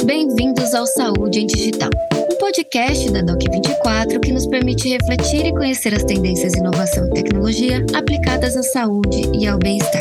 Bem-vindos ao Saúde em Digital, um podcast da Doc24 que nos permite refletir e conhecer as tendências de inovação e tecnologia aplicadas à saúde e ao bem-estar.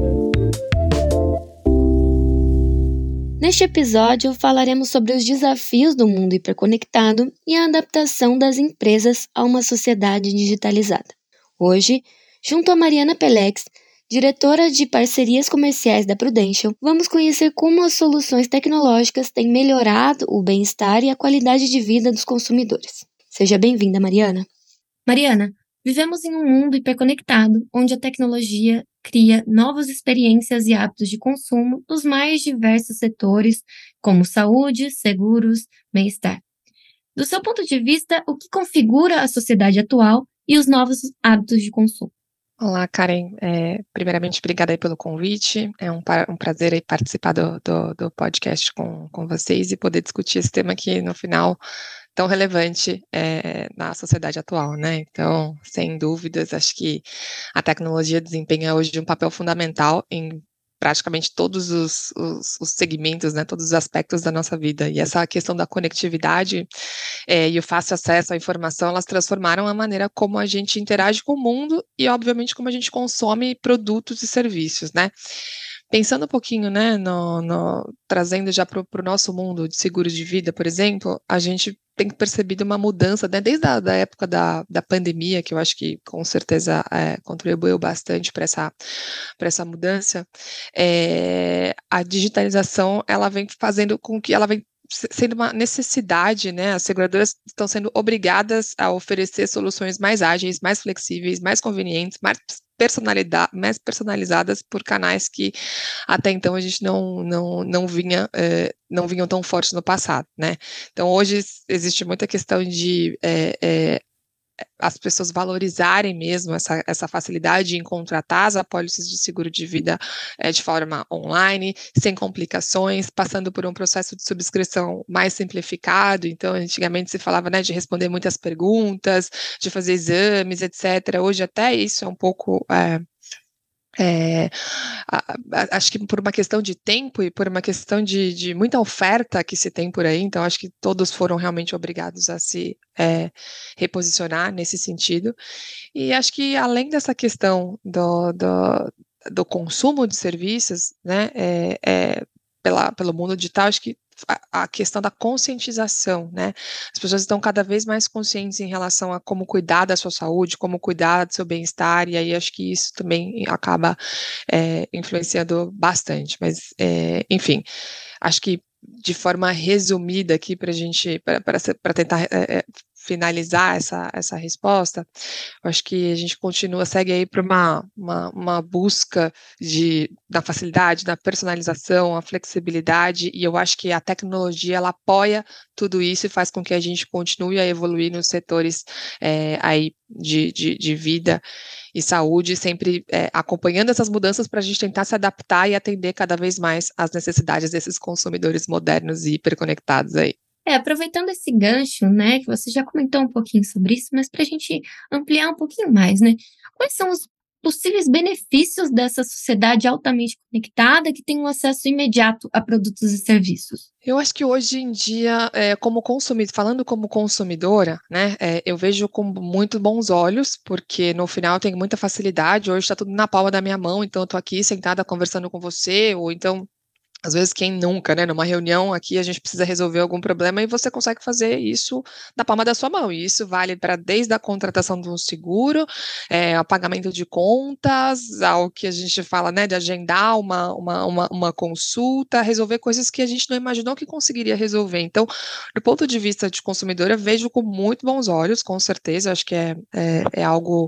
Neste episódio, falaremos sobre os desafios do mundo hiperconectado e a adaptação das empresas a uma sociedade digitalizada. Hoje, junto a Mariana Pelex, diretora de parcerias comerciais da Prudential, vamos conhecer como as soluções tecnológicas têm melhorado o bem-estar e a qualidade de vida dos consumidores. Seja bem-vinda, Mariana. Mariana, vivemos em um mundo hiperconectado, onde a tecnologia cria novas experiências e hábitos de consumo nos mais diversos setores, como saúde, seguros, bem-estar. Do seu ponto de vista, o que configura a sociedade atual e os novos hábitos de consumo? Olá, Karen. Primeiramente, obrigada aí pelo convite. É um prazer aí participar do podcast com vocês e poder discutir esse tema aqui no final tão relevante na sociedade atual, né? Então, sem dúvidas, acho que a tecnologia desempenha hoje um papel fundamental em praticamente todos os segmentos, né, todos os aspectos da nossa vida. E essa questão da conectividade e o fácil acesso à informação, elas transformaram a maneira como a gente interage com o mundo e, obviamente, como a gente consome produtos e serviços, né? Pensando um pouquinho, né, trazendo já para o nosso mundo de seguros de vida, por exemplo, a gente tem percebido uma mudança, né, desde a época da pandemia, que eu acho que com certeza contribuiu bastante para essa mudança. A digitalização, ela vem fazendo com que ela vem sendo uma necessidade, né? As seguradoras estão sendo obrigadas a oferecer soluções mais ágeis, mais flexíveis, mais convenientes, mais personalizadas por canais que até então a gente não vinham tão fortes no passado, né? Então hoje existe muita questão de as pessoas valorizarem mesmo essa facilidade em contratar as apólices de seguro de vida de forma online, sem complicações, passando por um processo de subscrição mais simplificado. Então, antigamente se falava, né, de responder muitas perguntas, de fazer exames, etc. Hoje até isso é um pouco acho que por uma questão de tempo e por uma questão de muita oferta que se tem por aí, então acho que todos foram realmente obrigados a se reposicionar nesse sentido. E acho que além dessa questão do consumo de serviços, né, pelo mundo digital, acho que a questão da conscientização, né? As pessoas estão cada vez mais conscientes em relação a como cuidar da sua saúde, como cuidar do seu bem-estar, e aí acho que isso também acaba influenciando bastante. Mas, enfim, acho que de forma resumida aqui para tentar finalizar essa resposta, eu acho que a gente segue aí para uma busca da facilidade, da personalização, a flexibilidade, e eu acho que a tecnologia, ela apoia tudo isso e faz com que a gente continue a evoluir nos setores aí de vida e saúde, sempre acompanhando essas mudanças para a gente tentar se adaptar e atender cada vez mais às necessidades desses consumidores modernos e hiperconectados aí. Aproveitando esse gancho, né, que você já comentou um pouquinho sobre isso, mas para a gente ampliar um pouquinho mais, né, quais são os possíveis benefícios dessa sociedade altamente conectada que tem um acesso imediato a produtos e serviços? Eu acho que hoje em dia, falando como consumidora, né, eu vejo com muito bons olhos, porque no final tem muita facilidade, hoje está tudo na palma da minha mão, então eu estou aqui sentada conversando com você, ou então às vezes, quem nunca, né, numa reunião aqui a gente precisa resolver algum problema e você consegue fazer isso na palma da sua mão, e isso vale para desde a contratação de um seguro, ao pagamento de contas, ao que a gente fala, né, de agendar uma consulta, resolver coisas que a gente não imaginou que conseguiria resolver. Então, do ponto de vista de consumidora, eu vejo com muito bons olhos, com certeza, acho que é algo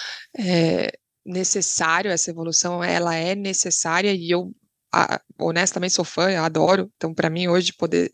necessário, essa evolução, ela é necessária, e eu honestamente sou fã, eu adoro, então para mim hoje poder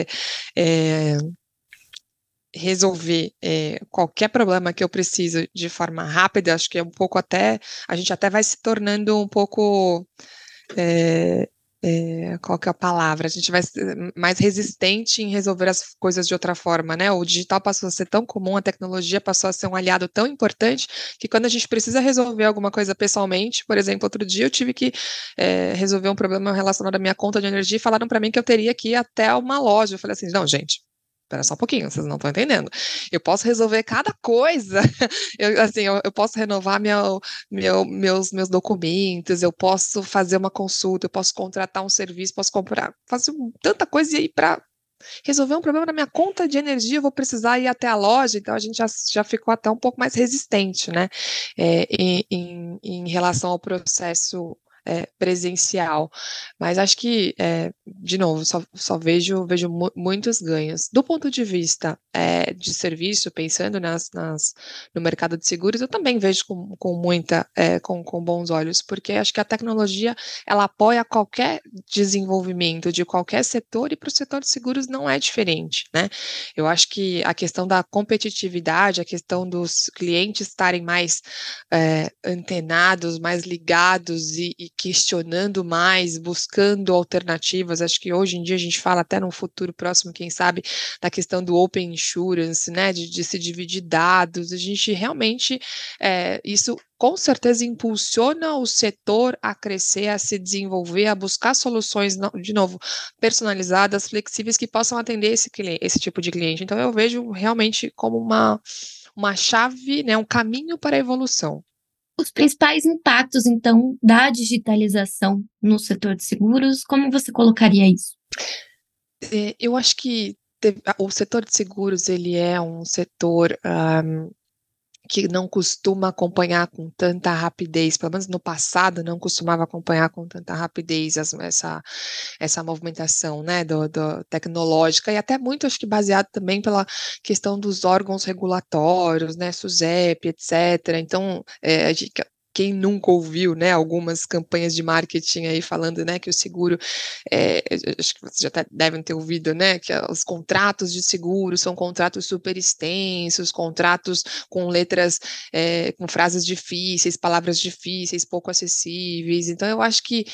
resolver qualquer problema que eu preciso de forma rápida, acho que é um pouco a gente até vai se tornando um pouco qual que é a palavra? A gente vai ser mais resistente em resolver as coisas de outra forma, né? O digital passou a ser tão comum, a tecnologia passou a ser um aliado tão importante que quando a gente precisa resolver alguma coisa pessoalmente, por exemplo, outro dia eu tive que resolver um problema relacionado à minha conta de energia e falaram para mim que eu teria que ir até uma loja. Eu falei assim, não, gente, espera só um pouquinho, vocês não estão entendendo. Eu posso resolver cada coisa. Eu posso renovar meus documentos, eu posso fazer uma consulta, eu posso contratar um serviço, posso fazer tanta coisa e aí para resolver um problema na minha conta de energia, eu vou precisar ir até a loja, então a gente já ficou até um pouco mais resistente, né, em relação ao processo presencial. Mas acho que, de novo, só vejo muitos ganhos. Do ponto de vista de serviço, pensando no mercado de seguros, eu também vejo com bons olhos, porque acho que a tecnologia ela apoia qualquer desenvolvimento de qualquer setor, e para o setor de seguros não é diferente, né? Eu acho que a questão da competitividade, a questão dos clientes estarem mais antenados, mais ligados e questionando mais, buscando alternativas. Acho que hoje em dia a gente fala até num futuro próximo, quem sabe, da questão do open insurance, né? De se dividir dados. A gente realmente isso com certeza impulsiona o setor a crescer, a se desenvolver, a buscar soluções, de novo, personalizadas, flexíveis, que possam atender esse tipo de cliente. Então, eu vejo realmente como uma chave, né, um caminho para a evolução. Os principais impactos, então, da digitalização no setor de seguros, como você colocaria isso? Eu acho que o setor de seguros ele é um setor que não costuma acompanhar com tanta rapidez, pelo menos no passado não costumava acompanhar com tanta rapidez essa movimentação, né, do tecnológica, e até muito acho que baseado também pela questão dos órgãos regulatórios, né, SUSEP, etc. Então, quem nunca ouviu, né, algumas campanhas de marketing aí falando, né, que o seguro, acho que vocês já devem ter ouvido, né, que os contratos de seguro são contratos super extensos, contratos com letras, com frases difíceis, palavras difíceis, pouco acessíveis. Então eu acho que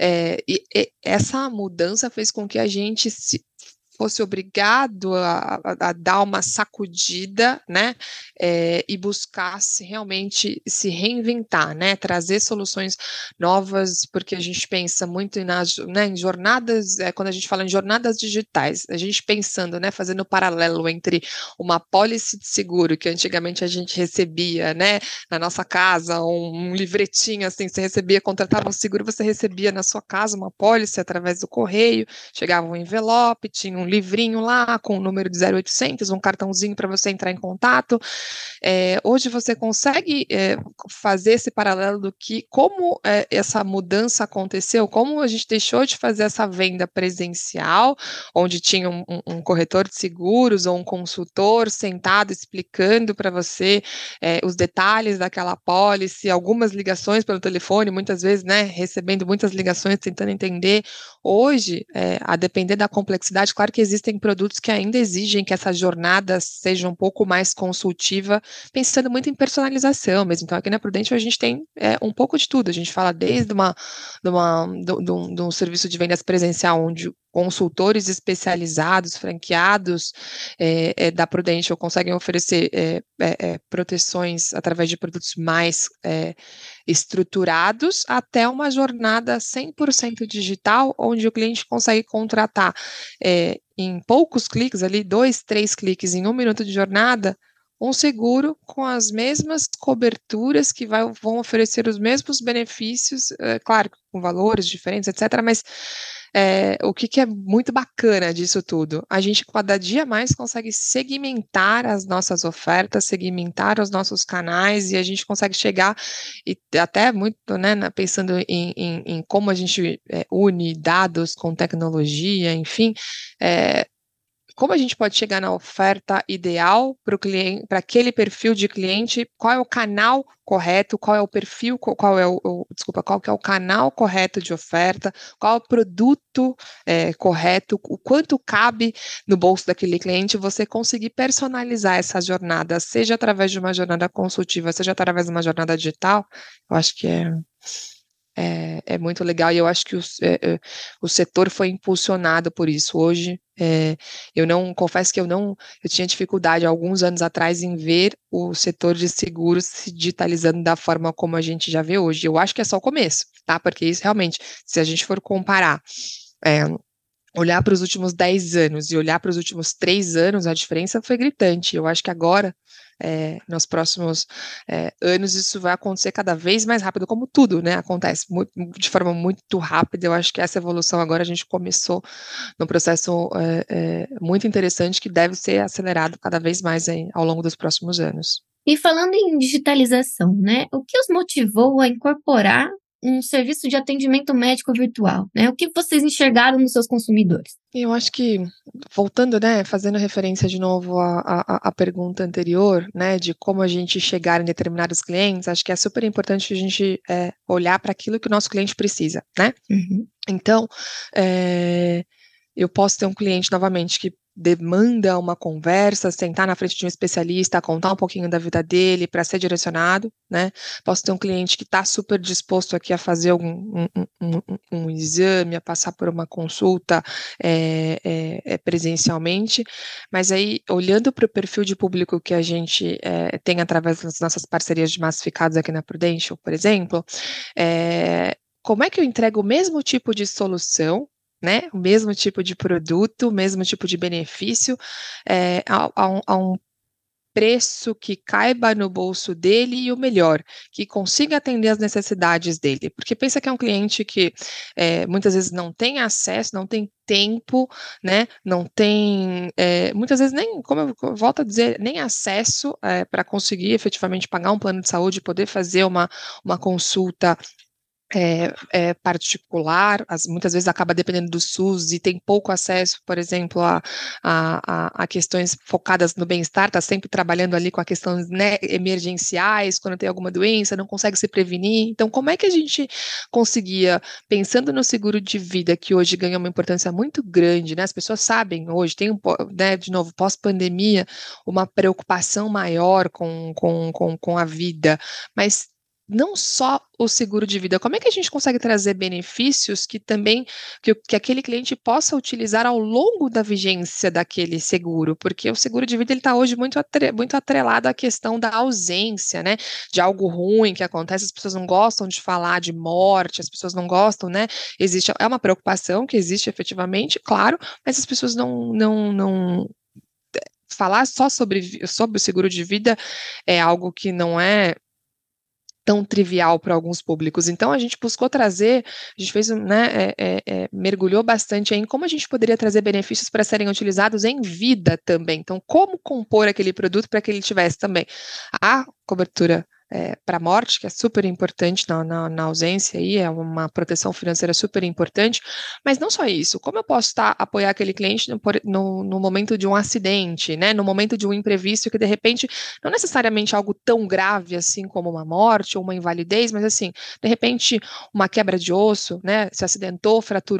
essa mudança fez com que a gente fosse obrigado a dar uma sacudida, né, e buscasse realmente se reinventar, né, trazer soluções novas, porque a gente pensa muito né, em jornadas, quando a gente fala em jornadas digitais, a gente pensando, né, fazendo paralelo entre uma pólice de seguro que antigamente a gente recebia, né, na nossa casa, um livretinho assim, você recebia, contratava um seguro, você recebia na sua casa uma pólice através do correio, chegava um envelope, tinha um livrinho lá com o número de 0800, um cartãozinho para você entrar em contato. Hoje você consegue fazer esse paralelo do que como essa mudança aconteceu, como a gente deixou de fazer essa venda presencial, onde tinha um corretor de seguros ou um consultor sentado explicando para você os detalhes daquela apólice, algumas ligações pelo telefone, muitas vezes, né, recebendo muitas ligações, tentando entender. Hoje, a depender da complexidade, claro que existem produtos que ainda exigem que essa jornada seja um pouco mais consultiva, pensando muito em personalização mesmo. Então, aqui na Prudential a gente tem um pouco de tudo. A gente fala desde de um serviço de vendas presencial, onde consultores especializados, franqueados da Prudential conseguem oferecer proteções através de produtos mais estruturados, até uma jornada 100% digital, onde o cliente consegue contratar em poucos cliques, ali 2, 3 cliques em 1 minuto de jornada, um seguro com as mesmas coberturas que vão oferecer os mesmos benefícios, claro, com valores diferentes, etc., mas o que é muito bacana disso tudo? A gente cada dia mais consegue segmentar as nossas ofertas, segmentar os nossos canais, e a gente consegue chegar, e até muito, né, pensando em como a gente une dados com tecnologia, enfim, como a gente pode chegar na oferta ideal para o cliente, para aquele perfil de cliente, qual é o canal correto, qual é o perfil, qual que é o canal correto de oferta, qual é o produto correto, o quanto cabe no bolso daquele cliente, você conseguir personalizar essa jornada, seja através de uma jornada consultiva, seja através de uma jornada digital, eu acho que é muito legal, e eu acho que o setor foi impulsionado por isso. Hoje, confesso que eu tinha dificuldade alguns anos atrás em ver o setor de seguros se digitalizando da forma como a gente já vê hoje. Eu acho que é só o começo, tá? Porque isso realmente, se a gente for comparar, olhar para os últimos 10 anos e olhar para os últimos 3 anos, a diferença foi gritante. Eu acho que agora, nos próximos anos, isso vai acontecer cada vez mais rápido, como tudo, né? Acontece de forma muito rápida. Eu acho que essa evolução agora a gente começou num processo muito interessante que deve ser acelerado cada vez mais aí, ao longo dos próximos anos. E falando em digitalização, né? O que os motivou a incorporar um serviço de atendimento médico virtual, né? O que vocês enxergaram nos seus consumidores? Eu acho que, voltando, né, fazendo referência de novo à pergunta anterior, né, de como a gente chegar em determinados clientes, acho que é super importante a gente olhar para aquilo que o nosso cliente precisa, né? Uhum. Então, eu posso ter um cliente, novamente, que demanda uma conversa, sentar na frente de um especialista, contar um pouquinho da vida dele para ser direcionado, né? Posso ter um cliente que está super disposto aqui a fazer um exame, a passar por uma consulta presencialmente, mas aí, olhando para o perfil de público que a gente tem através das nossas parcerias de massificados aqui na Prudential, por exemplo, como é que eu entrego o mesmo tipo de solução, né, o mesmo tipo de produto, o mesmo tipo de benefício, a um preço que caiba no bolso dele e o melhor, que consiga atender as necessidades dele. Porque pensa que é um cliente que muitas vezes não tem acesso, não tem tempo, né, não tem, muitas vezes nem, como eu volto a dizer, nem acesso para conseguir efetivamente pagar um plano de saúde, poder fazer uma consulta particular, muitas vezes acaba dependendo do SUS e tem pouco acesso, por exemplo, a questões focadas no bem-estar, está sempre trabalhando ali com a questões, né, emergenciais, quando tem alguma doença, não consegue se prevenir. Então, como é que a gente conseguia, pensando no seguro de vida, que hoje ganha uma importância muito grande, né, as pessoas sabem hoje, tem né, de novo, pós-pandemia, uma preocupação maior com a vida, mas não só o seguro de vida, como é que a gente consegue trazer benefícios que também que aquele cliente possa utilizar ao longo da vigência daquele seguro? Porque o seguro de vida ele está hoje muito atrelado à questão da ausência, né? De algo ruim que acontece, as pessoas não gostam de falar de morte, as pessoas não gostam, né? É uma preocupação que existe efetivamente, claro, mas as pessoas não falar só sobre o seguro de vida é algo que não é tão trivial para alguns públicos. Então a gente buscou trazer, a gente fez, né, mergulhou bastante em como a gente poderia trazer benefícios para serem utilizados em vida também. Então, como compor aquele produto para que ele tivesse também a cobertura para morte, que é super importante na ausência aí, é uma proteção financeira super importante, mas não só isso, como eu posso apoiar aquele cliente no momento de um acidente, né, no momento de um imprevisto que de repente, não necessariamente algo tão grave assim como uma morte ou uma invalidez, mas assim, de repente uma quebra de osso, né, se acidentou,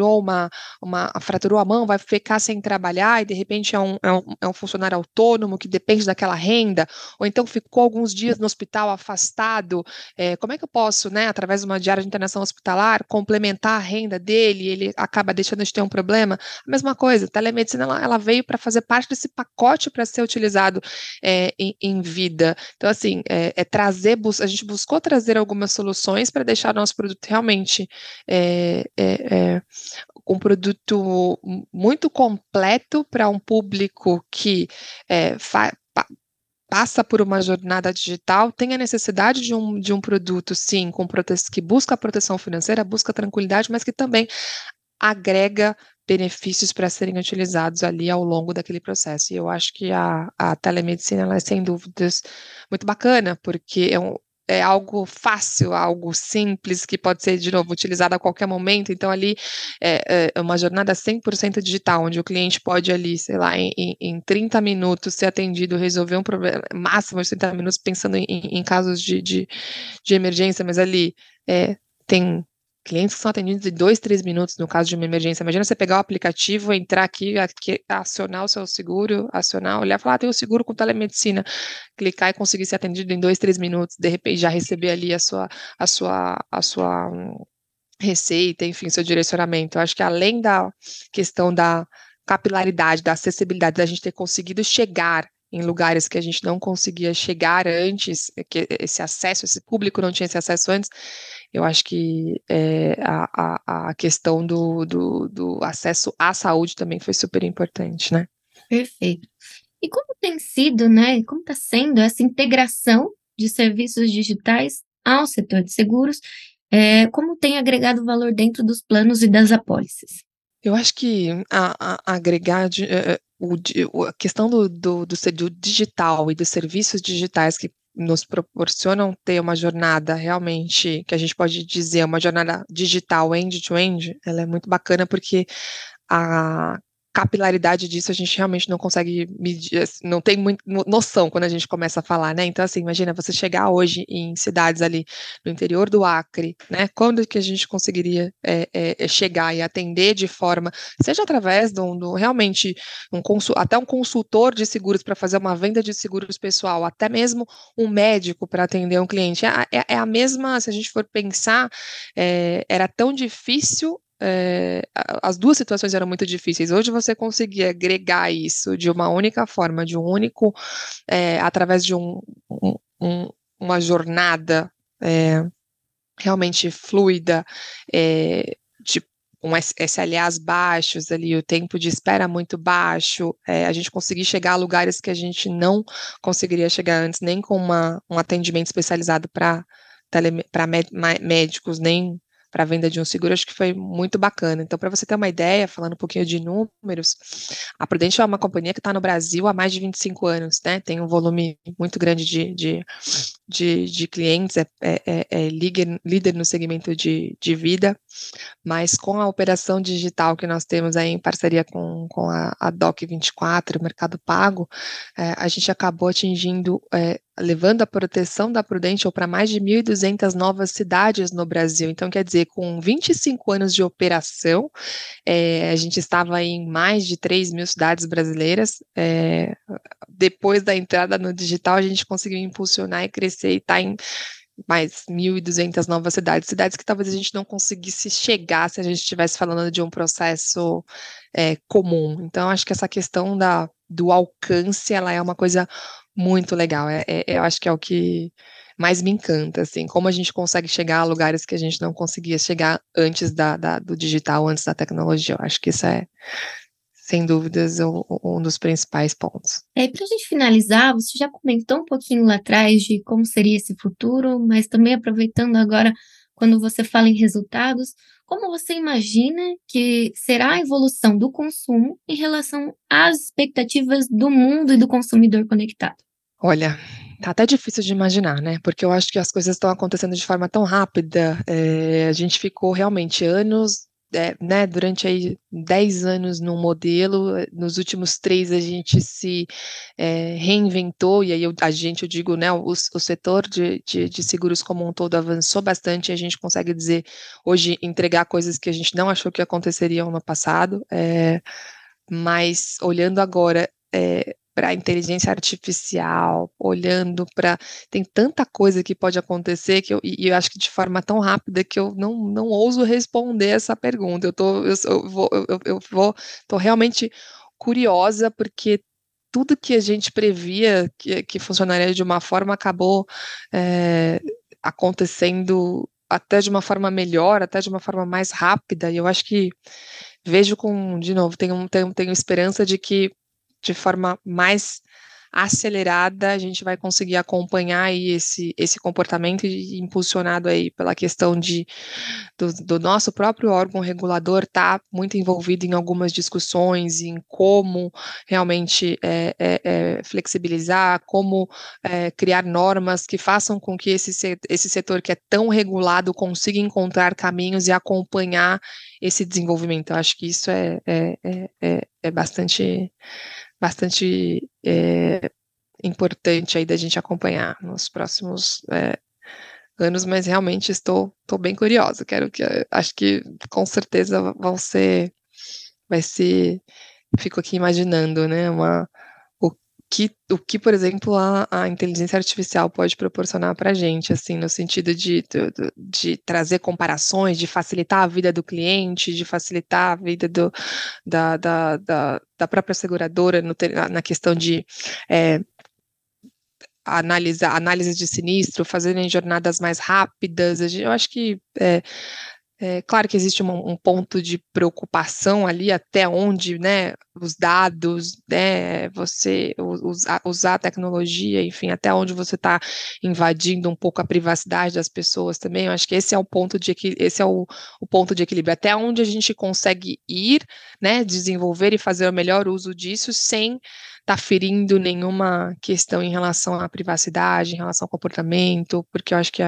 fraturou a mão, vai ficar sem trabalhar e de repente é um funcionário autônomo que depende daquela renda, ou então ficou alguns dias no hospital afastado, como é que eu posso, né, através de uma diária de internação hospitalar, complementar a renda dele, ele acaba deixando de ter um problema? A mesma coisa, a telemedicina ela veio para fazer parte desse pacote para ser utilizado em vida. Então, assim, a gente buscou trazer algumas soluções para deixar o nosso produto realmente um produto muito completo para um público que passa por uma jornada digital, tem a necessidade de um produto, sim, que busca a proteção financeira, busca a tranquilidade, mas que também agrega benefícios para serem utilizados ali ao longo daquele processo. E eu acho que a telemedicina ela é, sem dúvidas, muito bacana, porque é algo fácil, algo simples, que pode ser, de novo, utilizado a qualquer momento. Então, ali é uma jornada 100% digital, onde o cliente pode ali, sei lá, em 30 minutos ser atendido, resolver um problema, máximo de 30 minutos, pensando em casos de emergência, mas ali tem clientes que são atendidos em 2, 3 minutos no caso de uma emergência. Imagina você pegar o aplicativo, entrar aqui, acionar o seu seguro, olhar e falar, tem o seguro com telemedicina, clicar e conseguir ser atendido em 2, 3 minutos, de repente já receber ali a sua receita, enfim, seu direcionamento. Eu acho que além da questão da capilaridade, da acessibilidade, da gente ter conseguido chegar em lugares que a gente não conseguia chegar antes, que esse acesso, esse público não tinha esse acesso antes, eu acho que a questão do acesso à saúde também foi super importante, né? Perfeito. E como tem sido, né, como está sendo essa integração de serviços digitais ao setor de seguros, como tem agregado valor dentro dos planos e das apólices? Eu acho que agregar a questão do digital e dos serviços digitais que nos proporcionam ter uma jornada realmente, que a gente pode dizer, uma jornada digital end-to-end, ela é muito bacana porque a capilaridade disso a gente realmente não consegue medir, não tem muita noção quando a gente começa a falar, né? Então, assim, imagina você chegar hoje em cidades ali no interior do Acre, né? Quando que a gente conseguiria chegar e atender de forma, seja através realmente até um consultor de seguros para fazer uma venda de seguros pessoal, até mesmo um médico para atender um cliente. É a mesma, se a gente for pensar, era tão difícil, as duas situações eram muito difíceis. Hoje você conseguir agregar isso de uma única forma, de um único, através de uma jornada realmente fluida, de com SLAs baixos ali, o tempo de espera muito baixo, a gente conseguir chegar a lugares que a gente não conseguiria chegar antes, nem com um atendimento especializado para médicos, nem para a venda de um seguro, acho que foi muito bacana. Então, para você ter uma ideia, falando um pouquinho de números, a Prudential é uma companhia que está no Brasil há mais de 25 anos, né? Tem um volume muito grande de clientes, líder no segmento de vida, mas com a operação digital que nós temos aí em parceria com a Doc24, o Mercado Pago, a gente acabou atingindo, levando a proteção da Prudential para mais de 1.200 novas cidades no Brasil. Então, quer dizer, com 25 anos de operação, a gente estava em mais de 3.000 cidades brasileiras. Depois da entrada no digital, a gente conseguiu impulsionar e crescer e está em mais 1.200 novas cidades que talvez a gente não conseguisse chegar se a gente estivesse falando de um processo comum. Então, acho que essa questão do alcance, ela é uma coisa muito legal. Eu acho que é o que mais me encanta, assim, como a gente consegue chegar a lugares que a gente não conseguia chegar antes do digital, antes da tecnologia. Eu acho que isso é, sem dúvidas, um dos principais pontos. E para a gente finalizar, você já comentou um pouquinho lá atrás de como seria esse futuro, mas também aproveitando agora, quando você fala em resultados, como você imagina que será a evolução do consumo em relação às expectativas do mundo e do consumidor conectado? Olha, tá até difícil de imaginar, né, porque eu acho que as coisas estão acontecendo de forma tão rápida, a gente ficou realmente anos, né, durante aí 10 anos num modelo, nos últimos 3 a gente se, reinventou, e aí eu digo, né, o setor de seguros como um todo avançou bastante, e a gente consegue dizer, hoje, entregar coisas que a gente não achou que aconteceriam no passado, mas olhando agora, pra inteligência artificial, olhando para tem tanta coisa que pode acontecer que eu acho que de forma tão rápida que eu não ouso responder essa pergunta. Tô realmente curiosa, porque tudo que a gente previa que funcionaria de uma forma acabou, acontecendo até de uma forma melhor, até de uma forma mais rápida, e eu acho que vejo de novo, tenho esperança de que, de forma mais acelerada, a gente vai conseguir acompanhar aí esse comportamento, e impulsionado aí pela questão do nosso próprio órgão regulador estar muito envolvido em algumas discussões, em como realmente flexibilizar, como criar normas que façam com que esse setor que é tão regulado consiga encontrar caminhos e acompanhar esse desenvolvimento. Eu acho que isso é bastante importante aí da gente acompanhar nos próximos anos, mas realmente estou bem curiosa. Acho que com certeza vai ser, fico aqui imaginando, né, o que, por exemplo, a inteligência artificial pode proporcionar para a gente, assim, no sentido de trazer comparações, de facilitar a vida do cliente, de facilitar a vida da própria seguradora na questão de análise de sinistro, fazerem jornadas mais rápidas. Eu acho que claro que existe um ponto de preocupação ali, até onde, né, os dados, né, você usar a tecnologia, enfim, até onde você está invadindo um pouco a privacidade das pessoas também. Eu acho que esse é o ponto de equilíbrio, até onde a gente consegue ir, né, desenvolver e fazer o melhor uso disso sem estar ferindo nenhuma questão em relação à privacidade, em relação ao comportamento, porque eu acho que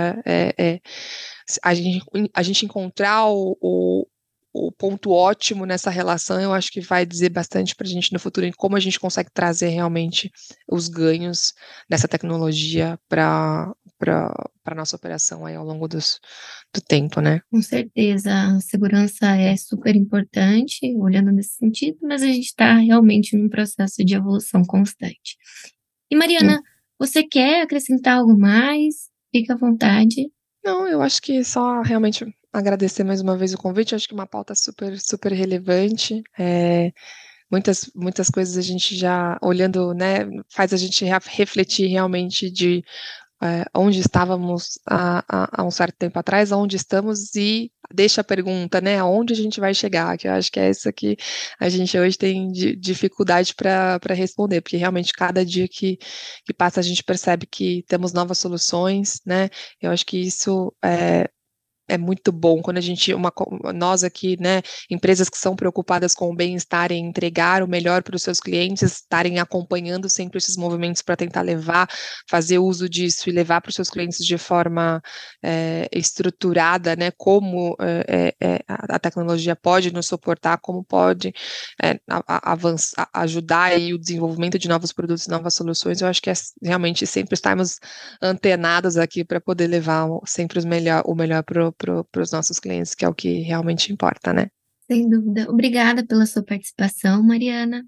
a gente encontrar o ponto ótimo nessa relação, eu acho que vai dizer bastante para a gente no futuro em como a gente consegue trazer realmente os ganhos dessa tecnologia para a nossa operação aí ao longo do tempo, né? Com certeza, a segurança é super importante, olhando nesse sentido, mas a gente está realmente num processo de evolução constante. E Mariana, você quer acrescentar algo mais? Fica à vontade. Não, eu acho que só realmente agradecer mais uma vez o convite. Acho que uma pauta super, super relevante. Muitas coisas a gente já olhando, né, faz a gente refletir realmente de onde estávamos há um certo tempo atrás, onde estamos, e deixa a pergunta, né, aonde a gente vai chegar, que eu acho que é essa que a gente hoje tem dificuldade para responder, porque realmente cada dia que passa a gente percebe que temos novas soluções, né, eu acho que isso é muito bom quando a gente, nós aqui, né, empresas que são preocupadas com o bem-estar e entregar o melhor para os seus clientes, estarem acompanhando sempre esses movimentos para tentar fazer uso disso e levar para os seus clientes de forma estruturada, né, como a tecnologia pode nos suportar, como pode avançar, ajudar aí o desenvolvimento de novos produtos e novas soluções. Eu acho que é realmente sempre estarmos antenados aqui para poder levar sempre o melhor para os nossos clientes, que é o que realmente importa, né? Sem dúvida. Obrigada pela sua participação, Mariana.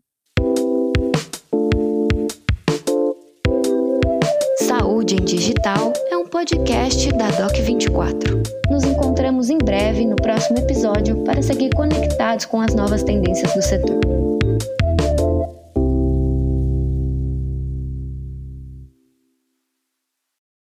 Saúde em Digital é um podcast da Doc24. Nos encontramos em breve no próximo episódio para seguir conectados com as novas tendências do setor.